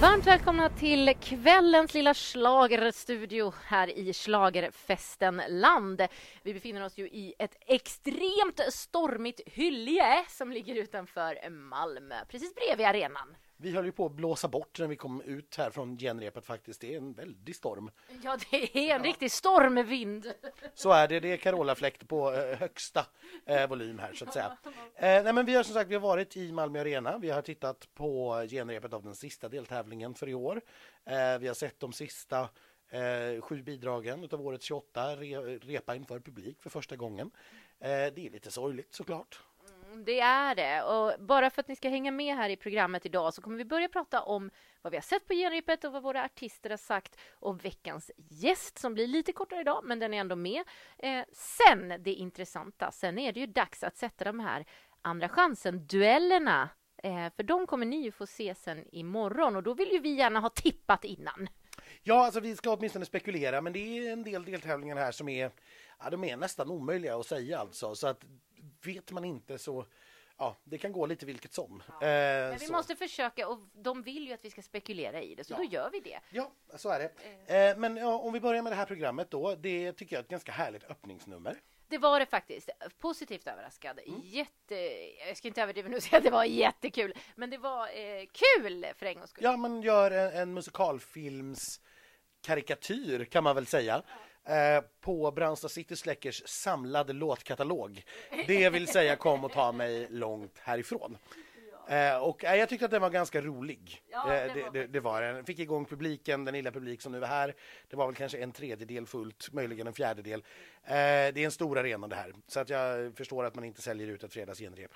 Varmt välkomna till kvällens lilla schlagerstudio här i Schlagerfestenland. Vi befinner oss ju i ett extremt stormigt Hyllie som ligger utanför Malmö, precis bredvid arenan. Vi höll ju på att blåsa bort när vi kom ut här från genrepet faktiskt. Det är en väldig storm. Ja, det är en riktig stormvind. Så är det. Det är Carola-fläkt på högsta volym här så att säga. Nej, men vi har som sagt varit i Malmö Arena. Vi har tittat på genrepet av den sista deltävlingen för i år. Vi har sett de sista 7 bidragen utav årets 28 repa inför publik för första gången. Det är lite sorgligt såklart. Det är det, och bara för att ni ska hänga med här i programmet idag så kommer vi börja prata om vad vi har sett på genrepet och vad våra artister har sagt och veckans gäst som blir lite kortare idag men den är ändå med. Sen det intressanta, sen är det ju dags att sätta de här andra chansen-duellerna för de kommer ni ju få se sen imorgon och då vill ju vi gärna ha tippat innan. Ja, alltså vi ska åtminstone spekulera men det är en del deltävlingar här som är, ja, de är nästan omöjliga att säga alltså så att vet man inte så, ja, det kan gå lite vilket som. Ja. Men vi måste försöka och de vill ju att vi ska spekulera i det, så då gör vi det. Ja, så är det. Men ja, om vi börjar med det här programmet då, det tycker jag är ett ganska härligt öppningsnummer. Det var det faktiskt. Positivt överraskad. Jag ska inte överdriva nu och säga att det var jättekul, men det var kul för en gångs skull. Ja, man gör en musikalfilms karikatyr kan man väl säga. På Brandsta City Släckers samlade låtkatalog. Det vill säga kom och ta mig långt härifrån. Och jag tyckte att den var ganska rolig. Det var den. Fick igång publiken, den lilla publik som nu är här. Det var väl kanske 1/3 fullt, möjligen 1/4. Det är en stor arena det här. Så att jag förstår att man inte säljer ut ett fredagsgenrep.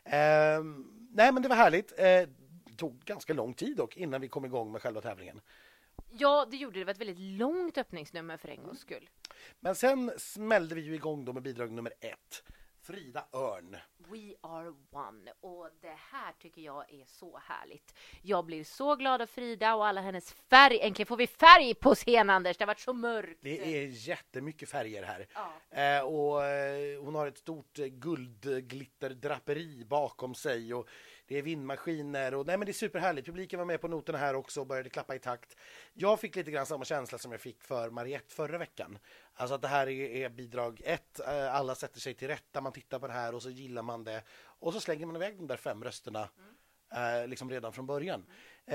Nej, men det var härligt. Det tog ganska lång tid dock innan vi kom igång med själva tävlingen. Ja, det gjorde det. Det var ett väldigt långt öppningsnummer för en gångs skull. Men sen smällde vi ju igång då med bidrag nummer 1. Frida Örn. We are one. Och det här tycker jag är så härligt. Jag blir så glad av Frida och alla hennes färg. Äntligen får vi färg på scen, Anders. Det har varit så mörkt. Det är jättemycket färger här. Ja. Och hon har ett stort guldglitterdraperi bakom sig och det är vindmaskiner och nej, men det är superhärligt. Publiken var med på noterna här också och började klappa i takt. Jag fick lite grann samma känsla som jag fick för Mariette förra veckan. Alltså att det här är bidrag 1. Alla sätter sig till rätta, man tittar på det här och så gillar man det. Och så slänger man iväg de där 5 rösterna liksom redan från början.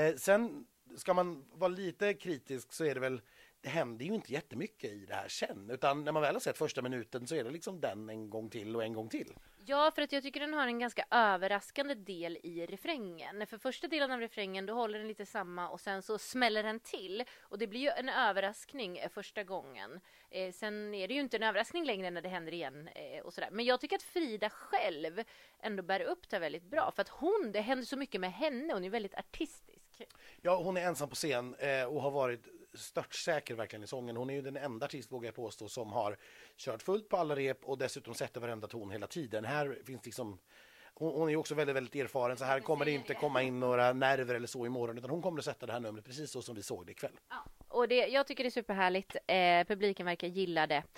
Sen ska man vara lite kritisk så är det väl, det händer ju inte jättemycket i det här sen. Utan när man väl har sett första minuten så är det liksom den en gång till och en gång till. Ja, för att jag tycker den har en ganska överraskande del i refrängen. För första delen av refrängen då håller den lite samma och sen så smäller den till. Och det blir ju en överraskning första gången. Sen är det ju inte en överraskning längre när det händer igen och sådär. Men jag tycker att Frida själv ändå bär upp det väldigt bra. För att det händer så mycket med henne. Hon är väldigt artistisk. Ja, hon är ensam på scen och har varit störtsäker verkligen i sången. Hon är ju den enda artist, vågar jag påstå, som har kört fullt på alla rep och dessutom sätter varenda ton hela tiden. Här finns liksom, hon är ju också väldigt, väldigt erfaren, så här kommer det inte komma in några nerver eller så imorgon, utan hon kommer att sätta det här numret precis så som vi såg det ikväll. Ja, och jag tycker det är superhärligt. Publiken verkar gilla det.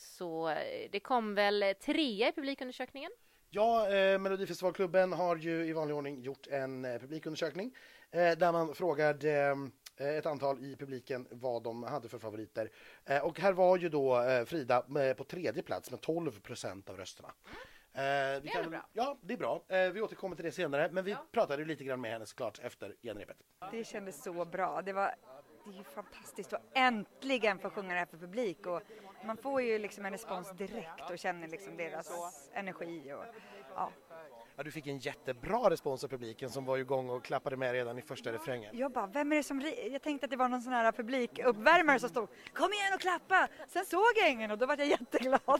Så det kom väl 3 i publikundersökningen? Ja, Melodifestivalklubben har ju i vanlig ordning gjort en publikundersökning där man frågade ett antal i publiken vad de hade för favoriter. Och här var ju då Frida på 3:e plats med 12% av rösterna. Det är bra. Ja, det är bra. Vi återkommer till det senare, men vi pratade ju lite grann med henne såklart efter genrepet. Det kändes så bra. Det är ju fantastiskt att äntligen få sjunga det här för publik och man får ju liksom en respons direkt och känner liksom deras energi och ja. Ja, du fick en jättebra respons av publiken som var igång och klappade med redan i första refrängen. Jag bara, vem är det som jag tänkte att det var någon sån här publikuppvärmare som stod, kom igen och klappa! Sen såg jag ingen och då var jag jätteglad.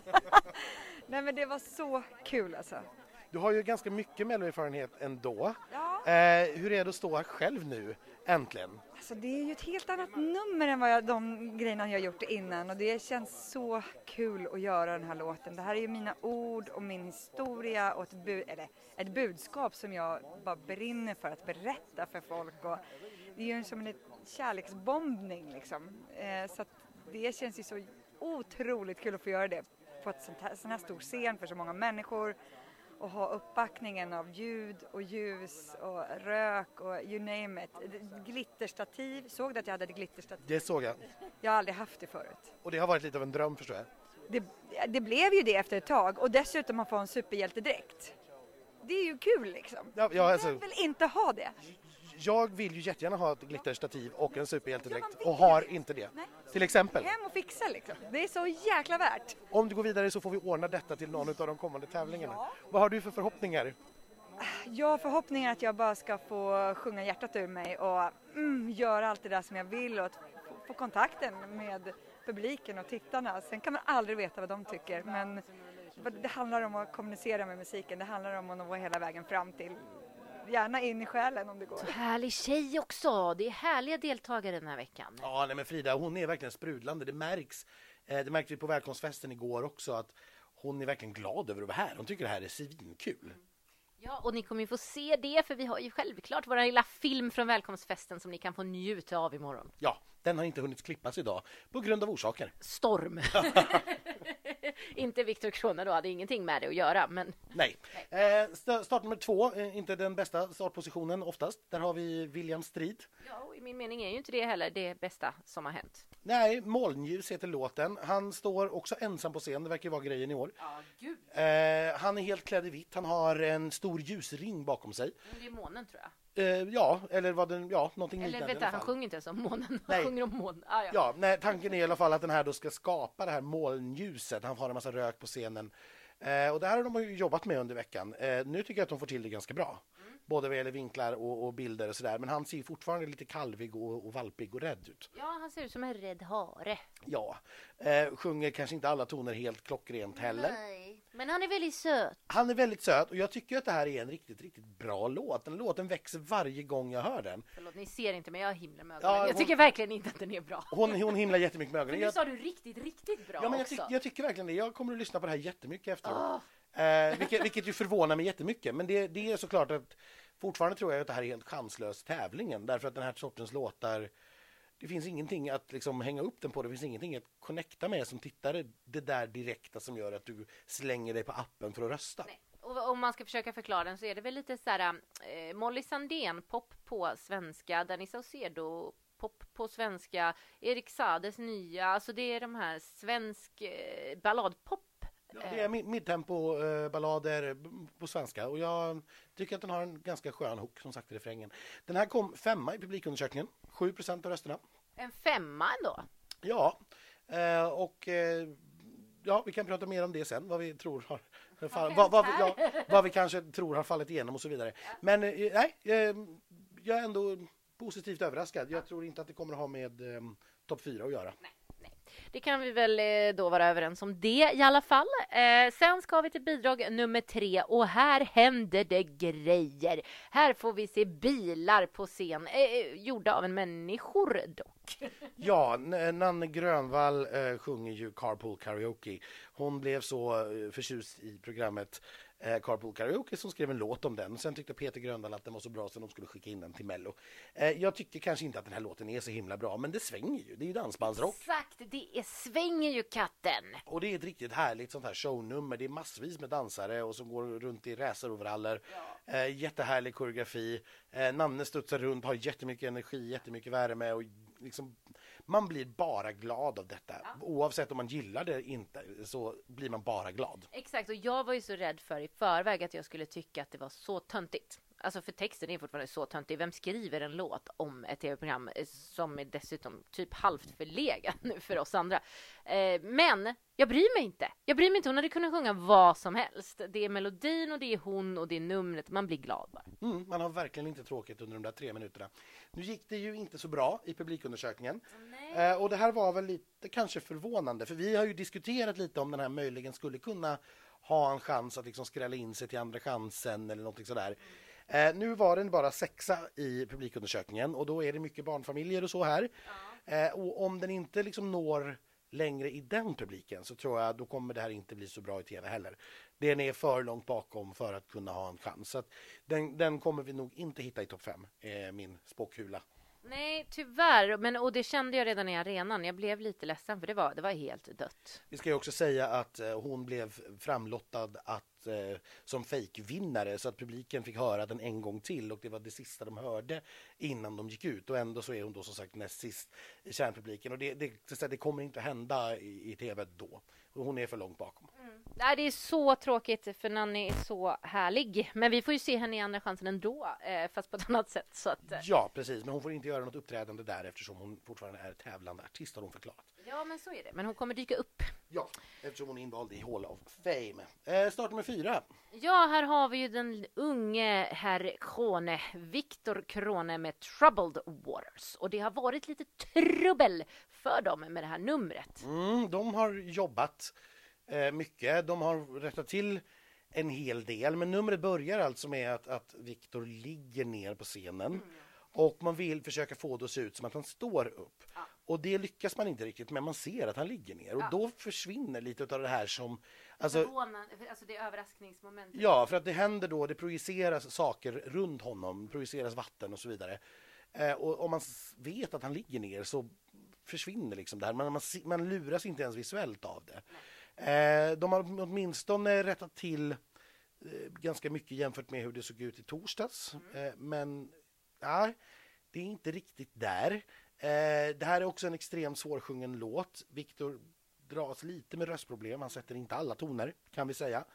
Nej, men det var så kul alltså. Du har ju ganska mycket melloerfarenhet ändå. Ja. Hur är det att stå här själv nu, äntligen? Alltså det är ju ett helt annat nummer än vad de grejerna jag gjort innan och det känns så kul att göra den här låten. Det här är ju mina ord och min historia och ett budskap som jag bara brinner för att berätta för folk och det är ju som en kärleksbombning liksom. Så att det känns ju så otroligt kul att få göra det på sån här stor scen för så många människor. och ha uppbackningen av ljud och ljus och rök och you name it. Glitterstativ. Såg du att jag hade ett glitterstativ? Det såg jag. Jag har aldrig haft det förut. Och det har varit lite av en dröm, förstår jag. Det blev ju det efter ett tag och dessutom att få en superhjältedräkt. Det är ju kul liksom. Ja, alltså, Jag vill inte ha det. jag vill ju jättegärna ha ett glitterstativ och en superhjältedräkt Ja, man och har vill ju. inte det. Nej. Till exempel. Hem och fixa liksom. Det är så jäkla värt. Om du går vidare så får vi ordna detta till någon av de kommande tävlingarna. Ja. Vad har du för förhoppningar? Jag har förhoppningen att jag bara ska få sjunga hjärtat ur mig och göra allt det där som jag vill och att få kontakten med publiken och tittarna. Sen kan man aldrig veta vad de tycker, men det handlar om att kommunicera med musiken. Det handlar om att nå hela vägen fram till, gärna in i själen om det går. Härlig tjej också. Det är härliga deltagare den här veckan. Ja, nej, men Frida, hon är verkligen sprudlande. Det märks. Det märkte vi på välkomstfesten igår också, att hon är verkligen glad över att vara här. Hon tycker det här är svinkul. Ja, och ni kommer ju få se det, för vi har ju självklart vår lilla film från välkomstfesten som ni kan få njuta av imorgon. Ja, den har inte hunnit klippas idag på grund av orsaker. Storm. Inte Viktor Krona då, hade ingenting med det att göra, men... Nej. Start nummer 2, inte den bästa startpositionen oftast. Där har vi William Strid. Ja, och i min mening är ju inte det heller det bästa som har hänt. Nej, Molnljus heter låten. Han står också ensam på scen, det verkar ju vara grejen i år. Ja, gud. Han är helt klädd i vitt, han har en stor ljusring bakom sig. Det är månen, tror jag. Ja, eller vad den, ja, någonting Eller liknande. vänta, han sjunger inte ens om månen. Han Nej. sjunger om månen. Ah, ja. Ja, nej, tanken är i alla fall att den här då ska skapa det här molnljuset. Han har en massa rök på scenen. Och det här har de ju jobbat med under veckan. Nu tycker jag att de får till det ganska bra. Både vad gäller vinklar och bilder och sådär. Men han ser fortfarande lite kalvig och valpig och rädd ut. Ja, han ser ut som en rädd hare. Ja, sjunger kanske inte alla toner helt klockrent heller. Nej, men han är väldigt söt. Han är väldigt söt och jag tycker att det här är en riktigt, riktigt bra låt. Den låten växer varje gång jag hör den. Förlåt, ni ser inte, men jag himlar med ögonen. Ja, Jag tycker verkligen inte att den är bra. Hon himlar jättemycket med Men ögonen. nu sa du riktigt bra Ja, men också. jag tycker verkligen det. Jag kommer att lyssna på det här jättemycket efteråt. Vilket ju förvånar mig jättemycket. Men det är såklart att fortfarande tror jag att det här är helt chanslös tävlingen. Därför att den här sortens låtar, det finns ingenting att liksom hänga upp den på. Det finns ingenting att connecta med som tittare. Det där direkta som gör att du slänger dig på appen för att rösta. Nej. Och om man ska försöka förklara den så är det väl lite så här Molly Sandén pop på svenska, Danny Saucedo pop på svenska, Erik Saades nya, alltså det är de här svensk balladpop. Ja, det är midtempo ballader på svenska och jag tycker att den har en ganska skön hook, som sagt i refrängen. Den här kom 5 i publikundersökningen, 7% av rösterna. En 5 ändå. Ja, ja, vi kan prata mer om det sen, vad vi tror har vad vi kanske tror har fallit igenom och så vidare. Men nej, jag är ändå positivt överraskad. Jag tror inte att det kommer att ha med topp 4 att göra. Nej. Det kan vi väl då vara överens om det i alla fall. Sen ska vi till bidrag nummer 3 och här händer det grejer. Här får vi se bilar på scen, gjorda av en människor dock. Ja, Nanne Grönvall sjunger ju Carpool Karaoke. Hon blev så förtjust i programmet Carpool Karaoke som skrev en låt om den. Sen tyckte Peter Grönvall att den var så bra så de skulle skicka in den till Mello. Jag tycker kanske inte att den här låten är så himla bra, men det svänger ju. Det är ju dansbandsrock. Exakt, svänger ju katten. Och det är ett riktigt härligt sånt här shownummer. Det är massvis med dansare och som går runt i raceroveraller. Ja. Jättehärlig koreografi. Nanne studsar runt, har jättemycket energi, jättemycket värme och liksom, man blir bara glad av detta. Ja. Oavsett om man gillar det inte så blir man bara glad. Exakt, och jag var ju så rädd för i förväg att jag skulle tycka att det var så töntigt. Alltså för texten är fortfarande så töntig. Vem skriver en låt om ett tv-program som är dessutom typ halvt förlegad nu för oss andra? Men jag bryr mig inte. Hon hade kunnat sjunga vad som helst. Det är melodin och det är hon och det är numret. Man blir glad bara. Man har verkligen inte tråkigt under de där 3 minuterna. Nu gick det ju inte så bra i publikundersökningen. Och det här var väl lite kanske förvånande. För vi har ju diskuterat lite om den här möjligen skulle kunna ha en chans att liksom skrälla in sig till andra chansen eller någonting sådär. Nu var den bara 6 i publikundersökningen och då är det mycket barnfamiljer och så här. Och om den inte liksom når längre i den publiken så tror jag då kommer det här inte bli så bra i tv heller. Den är för långt bakom för att kunna ha en chans. Så att den kommer vi nog inte hitta i topp 5, min spåkula. Nej, tyvärr. Och det kände jag redan i arenan. Jag blev lite ledsen för det var helt dött. Vi ska ju också säga att hon blev framlottad som fejkvinnare så att publiken fick höra den en gång till och det var det sista de hörde innan de gick ut och ändå så är hon då som sagt näst sist i kärnpubliken och det kommer inte att hända i tv då. Hon är för långt bakom. Nej, det är så tråkigt för Nanny är så härlig. Men vi får ju se henne i Andra chansen ändå, fast på ett annat sätt. Så att, Ja, precis. Men hon får inte göra något uppträdande där eftersom hon fortfarande är tävlande artist har hon förklarat. Ja, men så är det. Men hon kommer dyka upp. Ja, eftersom hon är invald i Hall of Fame. Start nummer 4. Ja, här har vi ju den unge herr Krone, Viktor Krone med Troubled Waters. Och det har varit lite trubbel för dem med det här numret. De har jobbat mycket. De har rättat till en hel del. Men numret börjar alltså med att Viktor ligger ner på scenen. Och man vill försöka få det att se ut som att han står upp. Och det lyckas man inte riktigt, men man ser att han ligger ner. Och då försvinner lite av det här som... Alltså det är överraskningsmomentet. Ja, för att det händer då, det projiceras saker runt honom, projiceras vatten och så vidare. Och om man vet att han ligger ner så försvinner liksom det här. Man luras inte ens visuellt av det. De har åtminstone rättat till ganska mycket jämfört med hur det såg ut i torsdags. Men ja, det är inte riktigt där. Det här är också en extremt svårsjungen låt. Viktor dras lite med röstproblem. Han sätter inte alla toner, kan vi säga.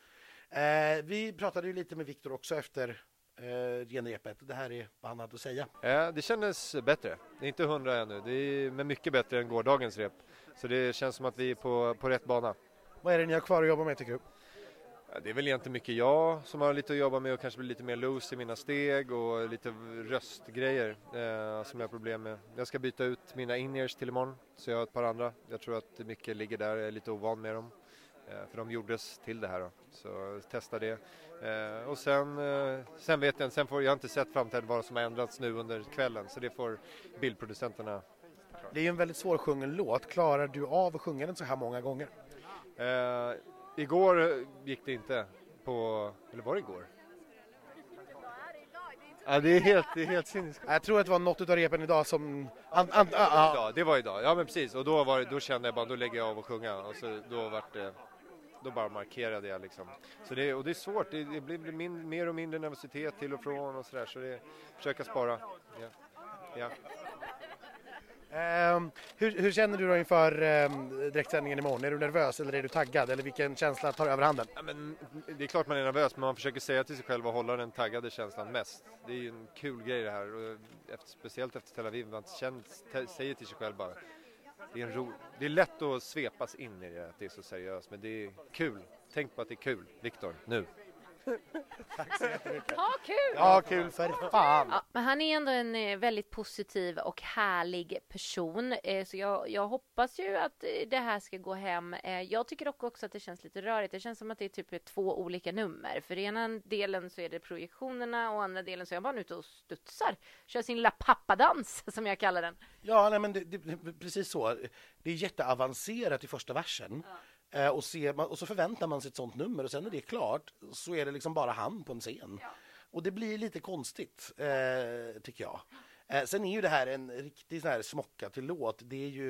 Vi pratade ju lite med Viktor också efter genrepet. Det här är vad han hade att säga. Det kändes bättre. Det är inte 100 ännu. Det är men mycket bättre än gårdagens rep. Så det känns som att vi är på rätt bana. Vad är det ni har kvar att jobba med tycker du? Det är väl egentligen mycket jag som har lite att jobba med och kanske bli lite mer loose i mina steg och lite röstgrejer som jag har problem med. Jag ska byta ut mina in-ears till imorgon så jag har ett par andra. Jag tror att mycket ligger där, jag är lite ovan med dem. För de gjordes till det här då. Så testa det. Och sen vet jag, jag har inte sett framtiden vad som har ändrats nu under kvällen så det får bildproducenterna. Det är ju en väldigt svårsjungen låt. Klarar du av att sjunga den så här många gånger? Igår gick det inte på, eller var det igår? Ja, det är helt sinnessjukt. Jag tror att det var något av repen idag som... Det var idag, ja men precis. Och då kände jag bara, då lägger jag av att sjunga. Och så då bara markerade jag liksom. Så det är svårt, det blir mer och mindre nervositet till och från och sådär. Så det försöka spara. Ja. Hur känner du då inför direktsändningen imorgon? Är du nervös eller är du taggad? Eller vilken känsla tar över handen? Ja, men det är klart man är nervös, men man försöker säga till sig själv och hålla den taggade känslan mest. Det är ju en kul grej det här. Och speciellt efter Tel Aviv, man säger till sig själv bara. Det är lätt att svepas in i det, att det är så seriöst, men det är kul. Tänk på att det är kul, Viktor, nu. Tack så jättemycket. Ha kul! Ja, kul för fan. Ja, men han är ändå en väldigt positiv och härlig person. Så jag hoppas ju att det här ska gå hem. Jag tycker också att det känns lite rörigt. Det känns som att det är typ 2 olika nummer. För i ena delen så är det projektionerna och andra delen så är jag bara ute och studsar. Kör sin lilla pappadans som jag kallar den. Ja, nej, men det precis så. Det är jätteavancerat i första versen. Ja. Och så förväntar man sig ett sånt nummer och sen när det är klart så är det liksom bara han på en scen. Ja. Och det blir lite konstigt tycker jag. Sen är ju det här en riktig sån här smocka till låt.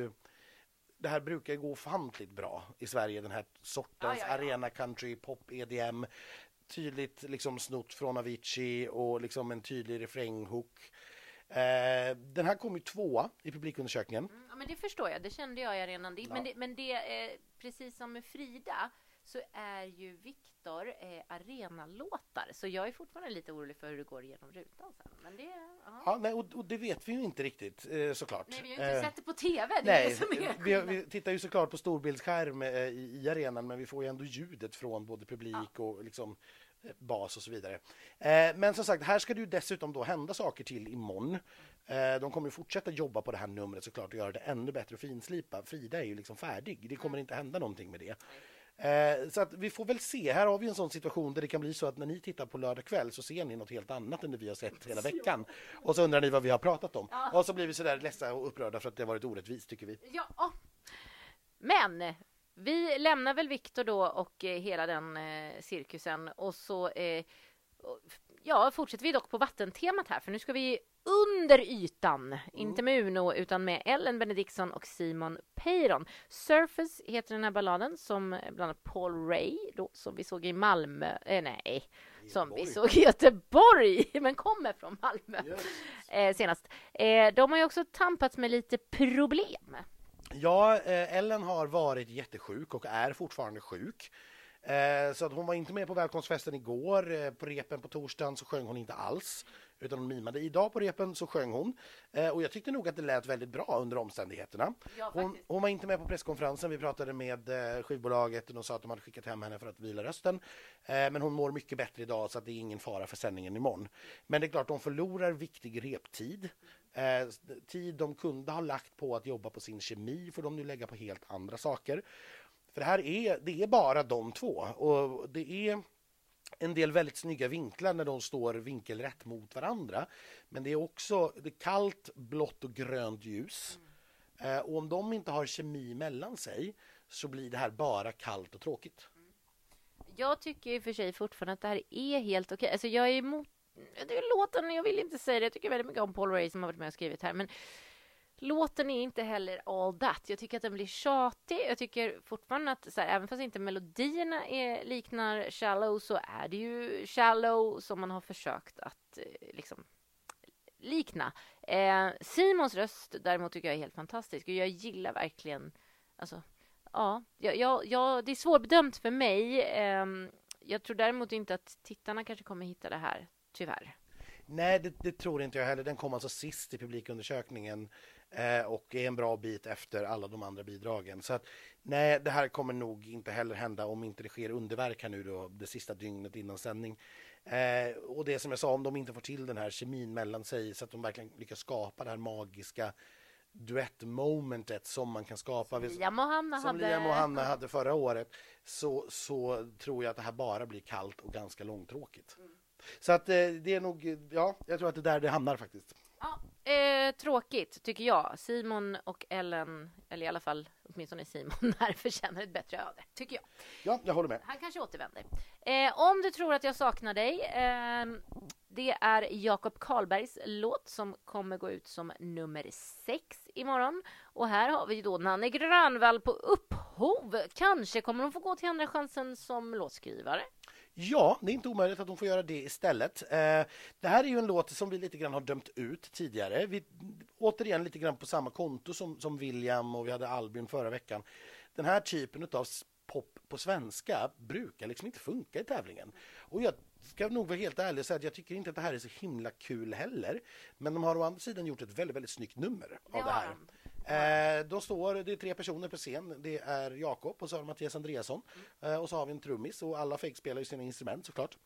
Det här brukar gå ofantligt bra i Sverige, den här sortens arena country, pop, EDM. Tydligt liksom snott från Avicii och liksom en tydlig refränghook. Den här kom ju 2 i publikundersökningen. Ja, men det förstår jag, det kände jag i arenan. Men det precis som med Frida så är ju Viktor arenalåtar. Så jag är fortfarande lite orolig för hur det går igenom rutan sen. Men det, nej, och det vet vi ju inte riktigt såklart. Nej, vi har ju inte sett det på tv. Vi tittar ju såklart på storbildsskärm i arenan, men vi får ju ändå ljudet från både publik och liksom bas och så vidare. Men som sagt, här ska det ju dessutom då hända saker till imorgon. De kommer ju fortsätta jobba på det här numret såklart och göra det ännu bättre och finslipa. Frida är ju liksom färdig. Det kommer inte hända någonting med det. Så att vi får väl se. Här har vi en sån situation där det kan bli så att när ni tittar på lördag kväll så ser ni något helt annat än det vi har sett hela veckan. Och så undrar ni vad vi har pratat om. Och så blir vi så där ledsna och upprörda för att det har varit orättvist, tycker vi. Ja, men vi lämnar väl Viktor då och hela den cirkusen och så Ja, fortsätter vi dock på vattentemat här, för nu ska vi under ytan, inte med Uno utan med Ellen Benediktsson och Simon Peyron. Surface heter den här balladen som bland annat Paul Ray då, som vi såg i Malmö, som vi såg i Göteborg, men kommer från Malmö senast. De har ju också tampats med lite problem. Ja, Ellen har varit jättesjuk och är fortfarande sjuk. Så att hon var inte med på välkomstfesten igår. På repen på torsdagen så sjöng hon inte alls, utan hon mimade. Idag på repen så sjöng hon. Och jag tyckte nog att det lät väldigt bra under omständigheterna. Ja, hon var inte med på presskonferensen. Vi pratade med skivbolaget och de sa att de hade skickat hem henne för att vila rösten. Men hon mår mycket bättre idag, så att det är ingen fara för sändningen imorgon. Men det är klart, de förlorar viktig reptid. Tid de kunde ha lagt på att jobba på sin kemi får de nu lägga på helt andra saker. För det är bara de två, och det är en del väldigt snygga vinklar när de står vinkelrätt mot varandra. Men det är också kallt, blått och grönt ljus. Och om de inte har kemi mellan sig så blir det här bara kallt och tråkigt. Jag tycker i och för sig fortfarande att det här är helt okej. Alltså jag är emot det är låten, jag vill inte säga det. Jag tycker väldigt mycket om Paul Ray som har varit med och skrivit här, men låten är inte heller all that. Jag tycker att den blir tjatig. Jag tycker fortfarande att så här, även fast inte melodierna liknar Shallow, så är det ju Shallow som man har försökt att liksom likna. Simons röst däremot tycker jag är helt fantastisk, och jag gillar verkligen, alltså ja, det är svårbedömt för mig. Jag tror däremot inte att tittarna kanske kommer hitta det här, tyvärr. Nej, det tror inte jag heller. Den kom alltså sist i publikundersökningen och är en bra bit efter alla de andra bidragen. Så att nej, det här kommer nog inte heller hända om inte det sker underverk här nu då, det sista dygnet innan sändning. Och det som jag sa, om de inte får till den här kemin mellan sig så att de verkligen lyckas skapa det här magiska duettmomentet som man kan skapa som Liam och Hanna hade förra året, så tror jag att det här bara blir kallt och ganska långtråkigt. Så att det är nog, ja, jag tror att det är där det hamnar faktiskt. Ja, tråkigt tycker jag. Simon och Ellen, eller i alla fall åtminstone Simon, här förtjänar ett bättre öde, tycker jag. Ja, jag håller med. Han kanske återvänder. Om du tror att jag saknar dig, det är Jakob Karlbergs låt som kommer gå ut som nummer 6 imorgon. Och här har vi då Nanne Grönvall på upphov. Kanske kommer hon få gå till andra chansen som låtskrivare. Ja, det är inte omöjligt att hon får göra det istället. Det här är ju en låt som vi lite grann har dömt ut tidigare. Vi återigen lite grann på samma konto som William, och vi hade Albin förra veckan. Den här typen av pop på svenska brukar liksom inte funka i tävlingen. Och jag ska nog vara helt ärlig och säga att jag tycker inte att det här är så himla kul heller. Men de har å andra sidan gjort ett väldigt, väldigt snyggt nummer av det här. Det är 3 personer på scen. Det är Jakob och så har Mattias Andreasson. Och så har vi en trummis, och alla spelar ju sina instrument såklart.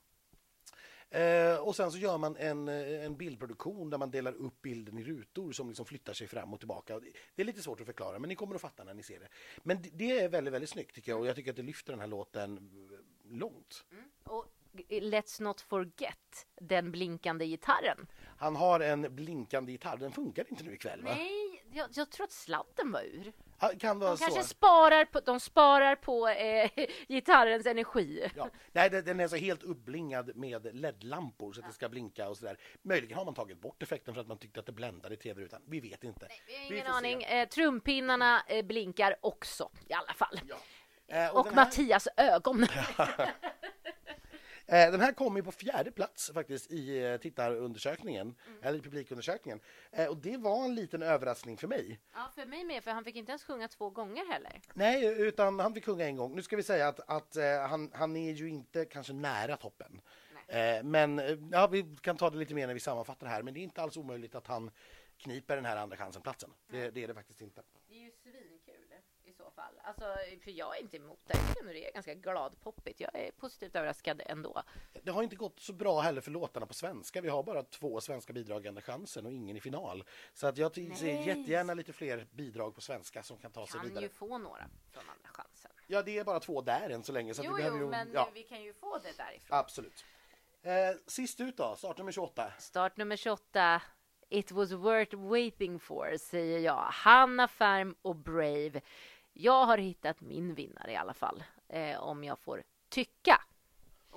Och sen så gör man en bildproduktion där man delar upp bilden i rutor som liksom flyttar sig fram och tillbaka. Det är lite svårt att förklara, men ni kommer att fatta när ni ser det. Men det är väldigt, väldigt snyggt tycker jag, och jag tycker att det lyfter den här låten långt. Och let's not forget den blinkande gitarren. Han har en blinkande gitarr. Den funkar inte nu ikväll, va? Nej, jag tror att sladden var ur. Kan vara de kanske så. sparar på gitarrens energi. Ja. Nej, den är så helt uppblingad med LED-lampor så att det ska blinka och sådär. Möjligen har man tagit bort effekten för att man tyckte att det bländade i tv-rutan. Vi vet inte. Nej, vi har ingen aning. Trumpinnarna blinkar också i alla fall. Ja. Och Mattias ögon. Den här kom ju på 4:e plats faktiskt i tittarundersökningen, eller i publikundersökningen. Och det var en liten överraskning för mig. Ja, för mig med, för han fick inte ens sjunga 2 gånger heller. Nej, utan han fick sjunga en gång. Nu ska vi säga att han är ju inte kanske nära toppen. Men ja, vi kan ta det lite mer när vi sammanfattar det här. Men det är inte alls omöjligt att han kniper den här andra chansen-platsen. Det är det faktiskt inte. Det är ju svinkul i så fall. Alltså, för jag är inte emot det. Jag tycker det är ganska gladpoppigt. Jag är positivt överraskad ändå. Det har inte gått så bra heller för låtarna på svenska. Vi har bara 2 svenska bidrag i andra chansen och ingen i final. Så att jag ser jättegärna lite fler bidrag på svenska som kan ta sig vidare. Kan ju få några från andra chansen. Ja, det är bara 2 där än så länge. Så Vi kan ju få det därifrån. Absolut. Sist ut då, start nummer 28. Start nummer 28. It was worth waiting for, säger jag. Hanna Färm och Brave. Jag har hittat min vinnare i alla fall, om jag får tycka.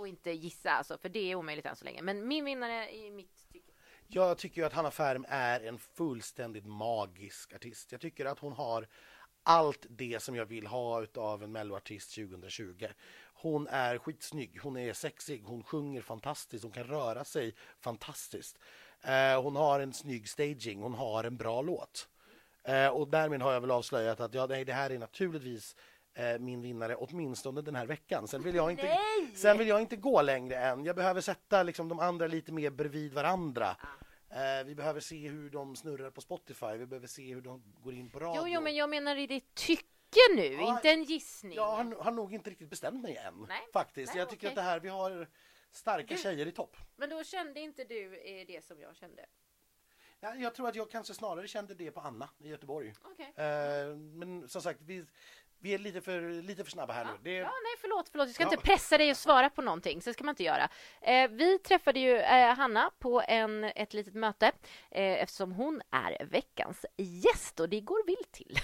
och inte gissa alltså, för det är omöjligt än så länge. Men min vinnare i mitt tycke. Jag tycker ju att Hanna Färm är en fullständigt magisk artist. Jag tycker att hon har allt det som jag vill ha av en melloartist 2020. Hon är skitsnygg, hon är sexig, hon sjunger fantastiskt, hon kan röra sig fantastiskt. Hon har en snygg staging, hon har en bra låt. Och därmed har jag väl avslöjat att det här är naturligtvis min vinnare åtminstone den här veckan. Sen vill jag inte gå längre än. Jag behöver sätta liksom de andra lite mer bredvid varandra. Vi behöver se hur de snurrar på Spotify. Vi behöver se hur de går in på radio. Jo, men jag menar i ditt tycke nu, inte en gissning. Jag har nog inte riktigt bestämt mig än. Nej. Faktiskt. Nej, jag tycker att det här, vi har starka tjejer i topp. Men då kände inte du det som jag kände? Ja, jag tror att jag kanske snarare kände det på Anna i Göteborg. Okay. Men som sagt, vi är lite för snabba här nu. Ja, nej, förlåt. Jag ska inte pressa dig att svara på någonting. Så ska man inte göra. Vi träffade ju Hanna på ett litet möte eftersom hon är veckans gäst och det går vilt till.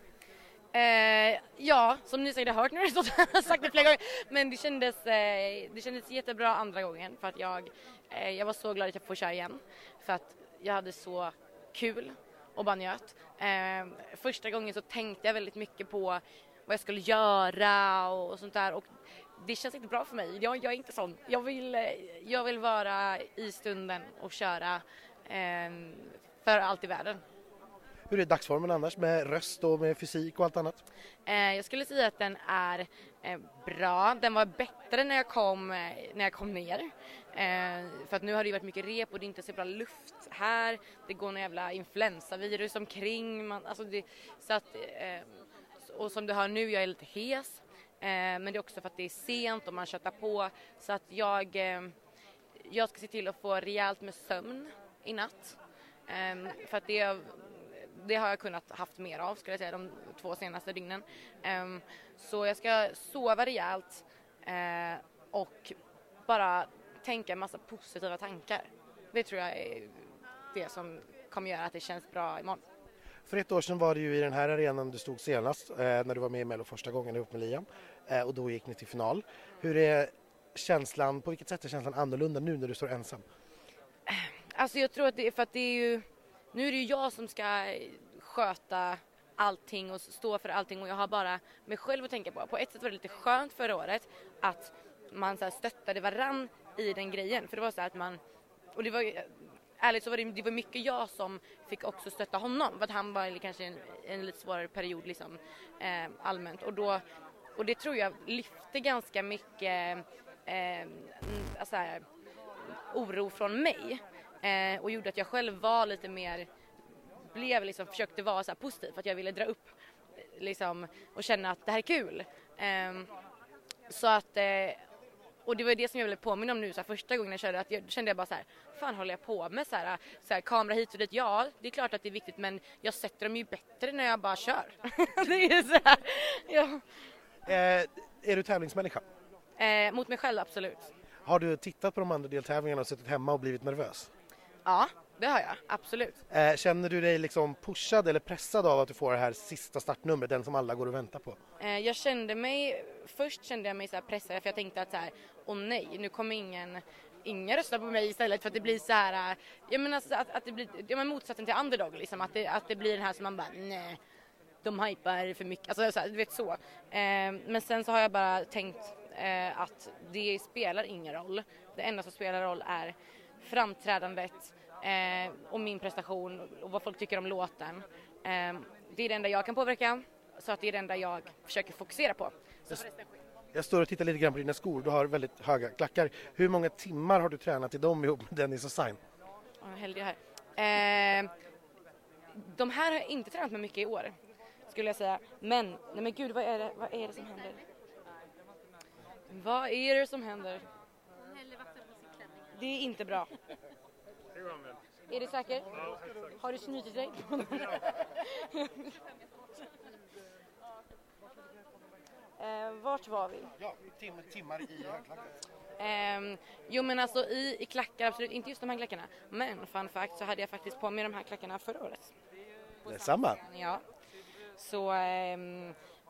Ja, som ni säkert har hört när jag har sagt det flera gånger. Men det kändes jättebra andra gången för att jag var så glad att jag får köra igen. För att jag hade så kul och bara njöt. Första gången så tänkte jag väldigt mycket på vad jag skulle göra och sånt där. Och det känns inte bra för mig. Jag är inte sån. Jag vill vara i stunden och köra för allt i världen. Hur är dagsformen annars med röst och med fysik och allt annat? Jag skulle säga att den är bra. Den var bättre när jag kom ner. För att nu har det varit mycket rep och det är inte så bra luft här. Det går några jävla influensavirus omkring. Och som du hör nu, jag är lite hes. Men det är också för att det är sent och man köttar på. Så att jag ska se till att få rejält med sömn i natt. För att det har jag kunnat haft mer av, skulle jag säga, de 2 senaste dygnen. Så jag ska sova rejält och bara tänka en massa positiva tankar. Det tror jag är det som kommer göra att det känns bra imorgon. För 1 år sedan var det ju i den här arenan du stod senast när du var med i Mello första gången ihop med Liam. Och då gick ni till final. Hur är känslan, på vilket sätt är känslan annorlunda nu när du står ensam? Alltså jag tror att det är för att det är ju, nu är det ju jag som ska sköta allting och stå för allting och jag har bara mig själv att tänka på. På ett sätt var det lite skönt förra året att man så här stöttade varann i den grejen. För det var så här att man, och det var ärligt så var det var mycket jag som fick också stötta honom. För att han var kanske en lite svårare period liksom, allmänt. Och det tror jag lyfte ganska mycket alltså här, oro från mig. Och gjorde att jag själv var lite mer, försökte vara så här positiv. För att jag ville dra upp liksom, och känna att det här är kul. Så att, och det var det som jag ville påminna om nu så här, första gången jag körde. Att kände jag bara så här, fan håller jag på med så här, kamera hit och dit. Ja, det är klart att det är viktigt men jag sätter dem ju bättre när jag bara kör. Det är så här, ja. Är du tävlingsmänniska? Mot mig själv, absolut. Har du tittat på de andra deltävlingarna och suttit hemma och blivit nervös? Ja, det har jag, absolut. Känner du dig liksom pushad eller pressad av att du får det här sista startnumret, den som alla går och väntar på? Först kände jag mig så här pressad för jag tänkte att så här, åh nej, nu kommer ingen rösta på mig istället för att det blir så här, jag menar alltså, att det blir motsatsen till underdog liksom, att det blir den här som man bara, nej, de hypar för mycket, alltså så här, du vet så. Men sen så har jag bara tänkt att det spelar ingen roll. Det enda som spelar roll är framträdandet och min prestation och vad folk tycker om låten. Det är det enda jag kan påverka, så att det är det enda jag försöker fokusera på. Jag står och tittar lite grann på dina skor. Du har väldigt höga klackar. Hur många timmar har du tränat i dem ihop med Dennis och Sign? Heldig här. De här har jag inte tränat med mycket i år, skulle jag säga. Men gud, vad är det som händer? Vad är det som händer? Det är inte bra. Är det säkert? Har du snytit dig? Vart var vi? Ja, timmar i högklackar. Jo men alltså i klackar, absolut inte just de här klackarna. Men fun fact så hade jag faktiskt på mig de här klackarna förra året. Detsamma. Ja. Så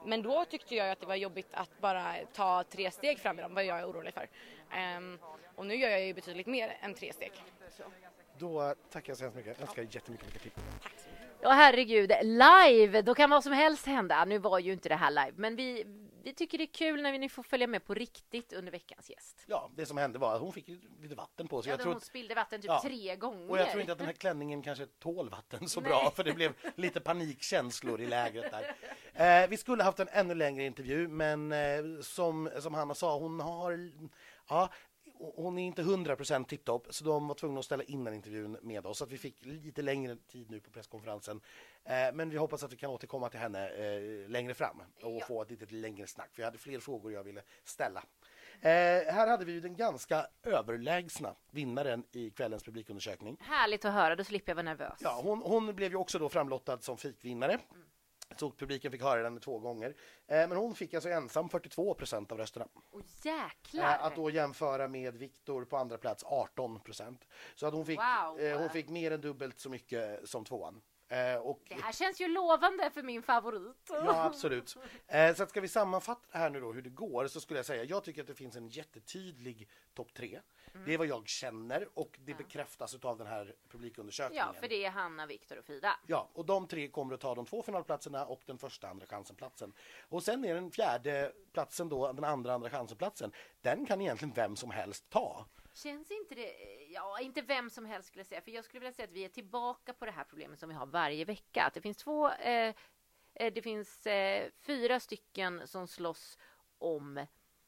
Men då tyckte jag att det var jobbigt att bara ta 3 steg fram i dem, vad jag är orolig för. Och nu gör jag ju betydligt mer än 3 steg. Då tackar jag så hemskt mycket. Jag önskar jättemycket lycka till. Ja, herregud, live, då kan vad som helst hända. Nu var ju inte det här live, men vi tycker det är kul när ni får följa med på riktigt under veckans gäst. Ja, det som hände var att hon fick lite vatten på sig. Ja, hon spillde vatten typ 3 gånger. Och jag tror inte att den här klänningen kanske tål vatten så bra, för det blev lite panikkänslor i lägret där. Vi skulle haft en ännu längre intervju, men som Hanna sa, hon är inte 100% tipptopp, så de var tvungna att ställa in den intervjun med oss, så att vi fick lite längre tid nu på presskonferensen. Men vi hoppas att vi kan återkomma till henne längre fram och få ett lite längre snack, för jag hade fler frågor jag ville ställa. Här hade vi ju den ganska överlägsna vinnaren i kvällens publikundersökning. Härligt att höra, då slipper jag vara nervös. Ja, hon blev ju också då framlottad som fikvinnare. Så publiken fick höra den 2 gånger. Men hon fick alltså ensam 42% av rösterna. Åh, jäklar! Att då jämföra med Viktor på andra plats 18%. Så att hon fick mer än dubbelt så mycket som 2:an. Det här känns ju lovande för min favorit. Ja, absolut. Så att ska vi sammanfatta här nu då hur det går, så skulle jag säga, jag tycker att det finns en jättetydlig topp 3. Det är vad jag känner, och det bekräftas av den här publikundersökningen. Ja, för det är Hanna, Viktor och Frida. Ja, och de 3 kommer att ta de 2 finalplatserna och den första andra chansen-platsen. Och sen är den 4:e platsen då, den andra chansen-platsen, den kan egentligen vem som helst ta. Känns inte det, inte vem som helst skulle jag säga, för jag skulle vilja säga att vi är tillbaka på det här problemet som vi har varje vecka. Att det finns 4 stycken som slåss om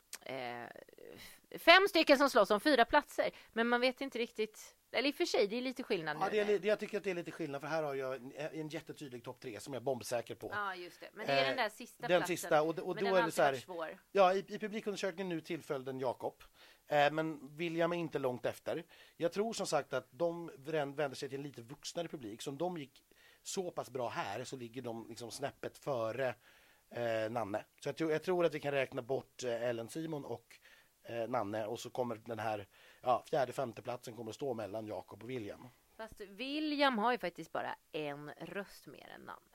5 stycken som slåss om 4 platser, men man vet inte riktigt, eller i och för sig, det är lite skillnad nu. Ja, jag tycker att det är lite skillnad, för här har jag en jättetydlig topp 3 som jag är bombsäker på. Ja, just det. Men det är den där sista den platsen. Sista, och då men är det så här, svår. Ja, i publikundersökningen nu tillföll den Jakob. Men William är inte långt efter. Jag tror som sagt att de vänder sig till en lite vuxnare publik. Så om de gick så pass bra här, så ligger de liksom snäppet före Nanne. Så jag tror att vi kan räkna bort Ellen Simon och Nanne, och så kommer den här 4:e, 5:e platsen kommer att stå mellan Jakob och William. Fast William har ju faktiskt bara 1 röst mer än Nanne.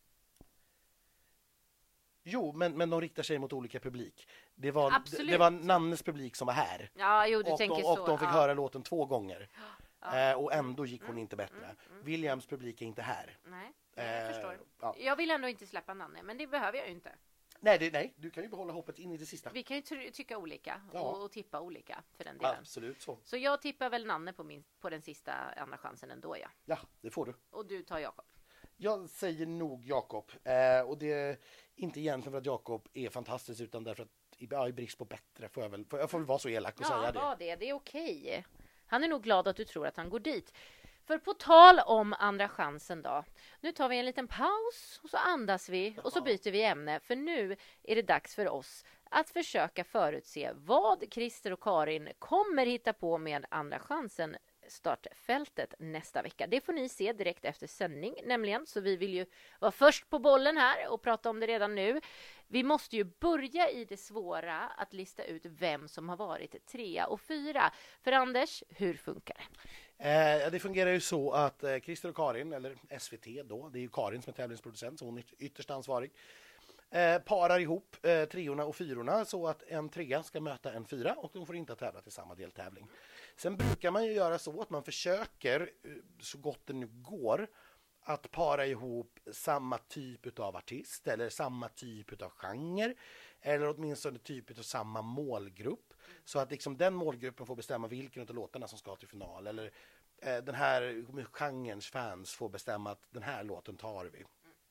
Jo, men de riktar sig mot olika publik. Det var Nannes publik som var här. Ja, jo, du tänker så. Och de fick höra låten 2 gånger. Och ändå gick hon inte bättre. Williams publik är inte här. Nej, jag förstår. Ja. Jag vill ändå inte släppa Nanne, men det behöver jag ju inte. Nej, du kan ju behålla hoppet in i det sista. Vi kan ju tycka olika och tippa olika för den Ja, delen. absolut så. Så jag tippar väl Nanne på den sista andra chansen ändå, ja. Ja, det får du. Och du tar Jakob. Jag säger nog Jakob. Och det är inte egentligen för att Jakob är fantastisk, utan därför att i brist på bättre får jag får väl vara så elak och säga det. Ja, det är okej. Han är nog glad att du tror att han går dit. För på tal om andra chansen då. Nu tar vi en liten paus och så andas vi och så byter vi ämne. För nu är det dags för oss att försöka förutse vad Christer och Karin kommer hitta på med andra chansen startfältet nästa vecka. Det får ni se direkt efter sändning nämligen, så vi vill ju vara först på bollen här och prata om det redan nu. Vi måste ju börja i det svåra att lista ut vem som har varit 3 och 4. För Anders, hur funkar det? Det fungerar ju så att Christer och Karin, eller SVT då, det är ju Karin som är tävlingsproducent, så hon är ytterst ansvarig, parar ihop 3:orna och 4:orna så att en 3 ska möta en 4, och de får inte tävla till samma deltävling. Sen brukar man ju göra så att man försöker så gott det nu går att para ihop samma typ av artist eller samma typ av genre, eller åtminstone typ av samma målgrupp, så att liksom den målgruppen får bestämma vilken av låtarna som ska till final, eller den här genrens fans får bestämma att den här låten tar vi.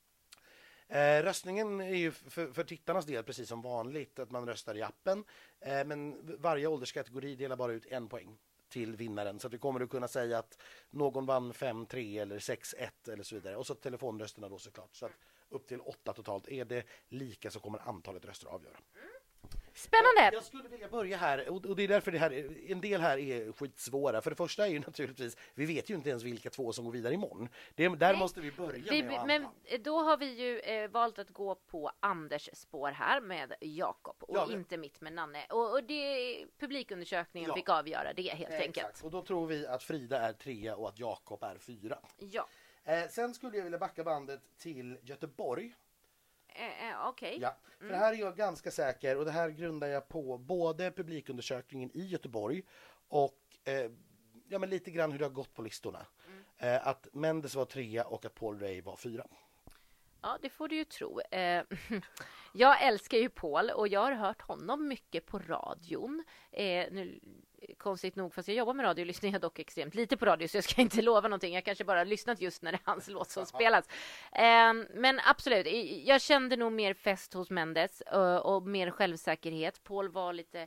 Röstningen är ju för tittarnas del precis som vanligt, att man röstar i appen, men varje ålderskategori delar bara ut 1 poäng till vinnaren, så att vi kommer att kunna säga att någon vann 5-3 eller 6-1 eller så vidare, och så telefonrösterna då såklart, så att upp till 8 totalt. Är det lika så kommer antalet röster att avgöra. Spännande! Jag skulle vilja börja här, och det är därför en del här är skitsvåra. För det första är ju naturligtvis, vi vet ju inte ens vilka 2 som går vidare imorgon. Där måste vi börja med. Men då har vi ju valt att gå på Anders spår här med Jakob och inte mitt med Nanne. Och det publikundersökningen fick avgöra det helt enkelt. Och då tror vi att Frida är 3 och att Jakob är 4. Ja. Sen skulle jag vilja backa bandet till Göteborg. Okej. Ja, för det här är jag ganska säker och det här grundar jag på både publikundersökningen i Göteborg och ja, men lite grann hur det har gått på listorna. Att Mendes var 3 och att Paul Ray var 4. Ja, det får du ju tro. Jag älskar ju Paul och jag har hört honom mycket på radion. Nu, konstigt nog, fast jag jobbar med radio lyssnar jag dock extremt lite på radio så jag ska inte lova någonting. Jag kanske bara har lyssnat just när det är hans låt som spelas. Men absolut, jag kände nog mer fest hos Mendes och mer självsäkerhet. Paul var lite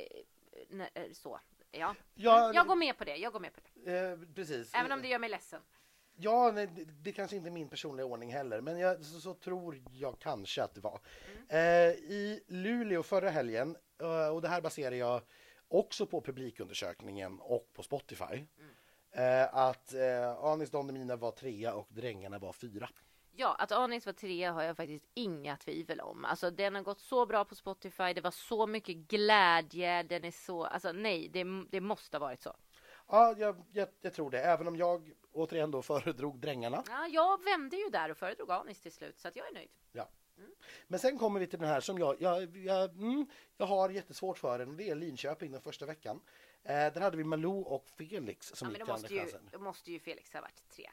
så. Ja. Jag går med på det. Precis. Även om det gör mig ledsen. Ja, nej, det kanske inte är min personliga ordning heller, men så tror jag kanske att det var. I Luleå förra helgen, och det här baserar jag också på publikundersökningen och på Spotify, att Anis Don Demina var 3 och Drängarna var 4. Ja, att Anis var 3 har jag faktiskt inga tvivel om. Alltså den har gått så bra på Spotify, det var så mycket glädje, den är så, alltså nej, det måste ha varit så. Ja, jag tror det. Även om jag återigen då föredrog Drängarna. Ja, jag vände ju där och föredrog Anis till slut, så att jag är nöjd. Ja. Men sen kommer vi till den här som jag har jättesvårt för den. Det är Linköping den första veckan. Där hade vi Malou och Felix som gick till andra chansen. Då måste ju Felix ha varit 3.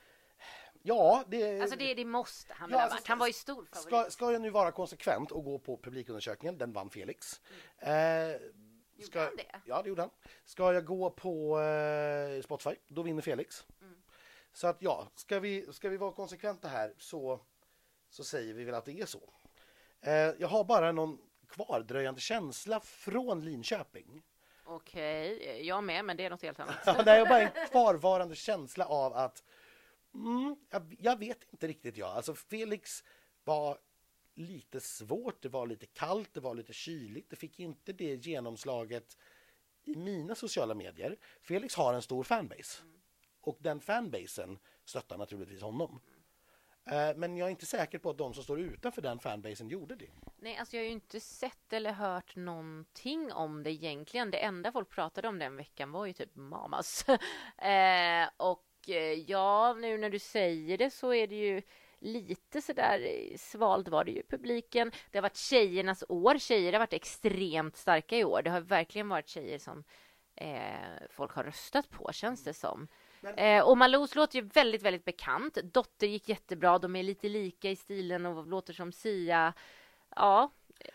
Ja, alltså det måste han väl ha varit. Han var ju stor favorit. Ska jag nu vara konsekvent och gå på publikundersökningen, den vann Felix. Gjorde han det? Ja, det gjorde han. Ska jag gå på Spotify, då vinner Felix. Så att ja, ska vi vara konsekventa här så säger vi väl att det är så. Jag har bara någon kvardröjande känsla från Linköping. Okej, jag med, men det är något helt annat. Ja, nej, jag har bara en kvarvarande känsla av att jag vet inte riktigt Alltså Felix var lite svårt, det var lite kallt, det var lite kyligt. Det fick inte det genomslaget i mina sociala medier. Felix har en stor fanbase. Och den fanbasen stöttar naturligtvis honom. Men jag är inte säker på att de som står utanför den fanbasen gjorde det. Nej, alltså jag har ju inte sett eller hört någonting om det egentligen. Det enda folk pratade om den veckan var ju typ Mamas. Och ja, nu när du säger det så är det ju lite sådär svalt var det ju publiken. Det har varit tjejernas år. Tjejer har varit extremt starka i år. Det har verkligen varit tjejer som folk har röstat på, känns det som. Och Malous låter ju väldigt, väldigt bekant. Dotter gick jättebra. De är lite lika i stilen och låter som Sia. Ja.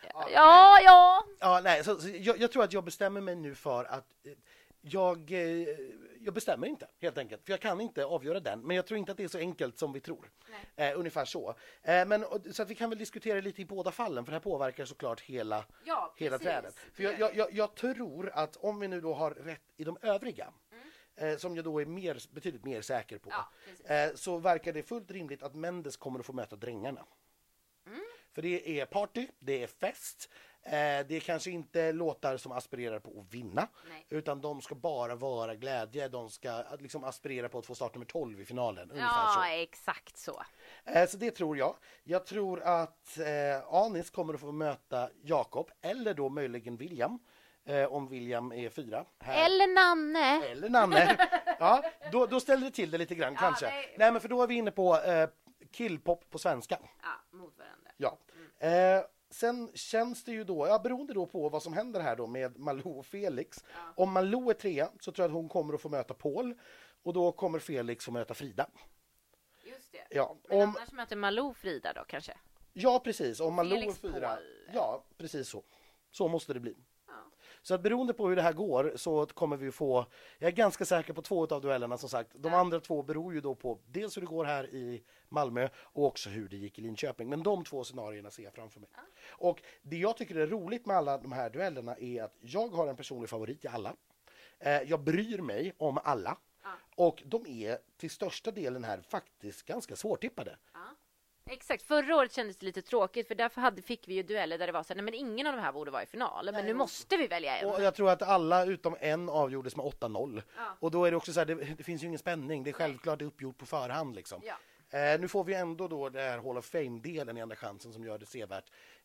Nej, så jag tror att jag bestämmer mig nu för att jag bestämmer inte, helt enkelt. För jag kan inte avgöra den. Men jag tror inte att det är så enkelt som vi tror. Ungefär så. Så att vi kan väl diskutera lite i båda fallen. För det här påverkar såklart hela trädet. För jag tror att om vi nu då har rätt i de övriga, som jag då är betydligt mer säker på, så verkar det fullt rimligt att Mendes kommer att få möta Drängarna. För det är party, det är fest. Det är kanske inte låtar som aspirerar på att vinna. Utan de ska bara vara glädje. De ska liksom aspirera på att få startnummer 12 i finalen. Ja, exakt så. Så det tror jag. Jag tror att Anis kommer att få möta Jakob. Eller då möjligen William. Om William är 4. Eller Nanne. Ja, då ställer det till det lite grann kanske. Nej, men för då är vi inne på killpop på svenska. Ja, mot varandra. Ja. Sen känns det ju då, beroende då på vad som händer här då med Malou och Felix. Om Malou är 3 så tror jag att hon kommer att få möta Paul. Och då kommer Felix få möta Frida. Just det. Ja, men annars möter Malou Frida då kanske? Ja, precis. Om Malou Felix är 4. Paul. Ja, precis så. Så måste det bli. Så att beroende på hur det här går så kommer vi få, jag är ganska säker på 2 av duellerna som sagt. De andra 2 beror ju då på dels hur det går här i Malmö och också hur det gick i Linköping. Men de 2 scenarierna ser jag framför mig. Och det jag tycker är roligt med alla de här duellerna är att jag har en personlig favorit i alla. Jag bryr mig om alla. Och de är till största delen här faktiskt ganska svårtippade. Exakt, förra året kändes det lite tråkigt för därför fick vi ju dueller där det var så här, nej men ingen av de här borde vara i final, men nu måste vi välja en. Och jag tror att alla utom en avgjordes med 8-0. Och då är det också så här, det finns ju ingen spänning, det är självklart uppgjort på förhand liksom. Nu får vi ändå då det här Hall of Fame-delen i andra chansen som gör det sevärt.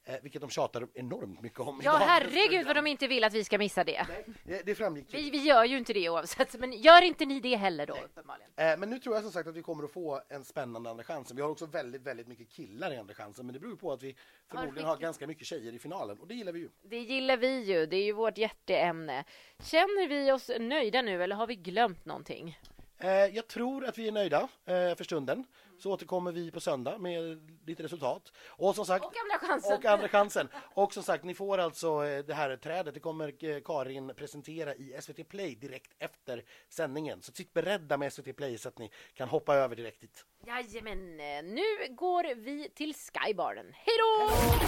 vilket de tjatar enormt mycket om. Ja, i dagens herregud program. vad de inte vill att vi ska missa det. Det framgick ju. Vi gör ju inte det oavsett, men gör inte ni det heller då uppenbarligen. Men nu tror jag som sagt att vi kommer att få en spännande andra chansen. Vi har också väldigt, väldigt mycket killar i andra chansen, men det beror på att vi förmodligen har ganska mycket tjejer i finalen, och det gillar vi ju. Det gillar vi ju, det är ju vårt hjärteämne. Känner vi oss nöjda nu eller har vi glömt någonting? Jag tror att vi är nöjda för stunden. Så återkommer vi på söndag med lite resultat. Och som sagt, Och andra chansen. Och andra chansen. Och som sagt, ni får alltså det här trädet. Det kommer Karin presentera i SVT Play direkt efter sändningen. Så sitt beredda med SVT Play så att ni kan hoppa över direkt dit. Jajamän, nu går vi till Skybaren. Hej då!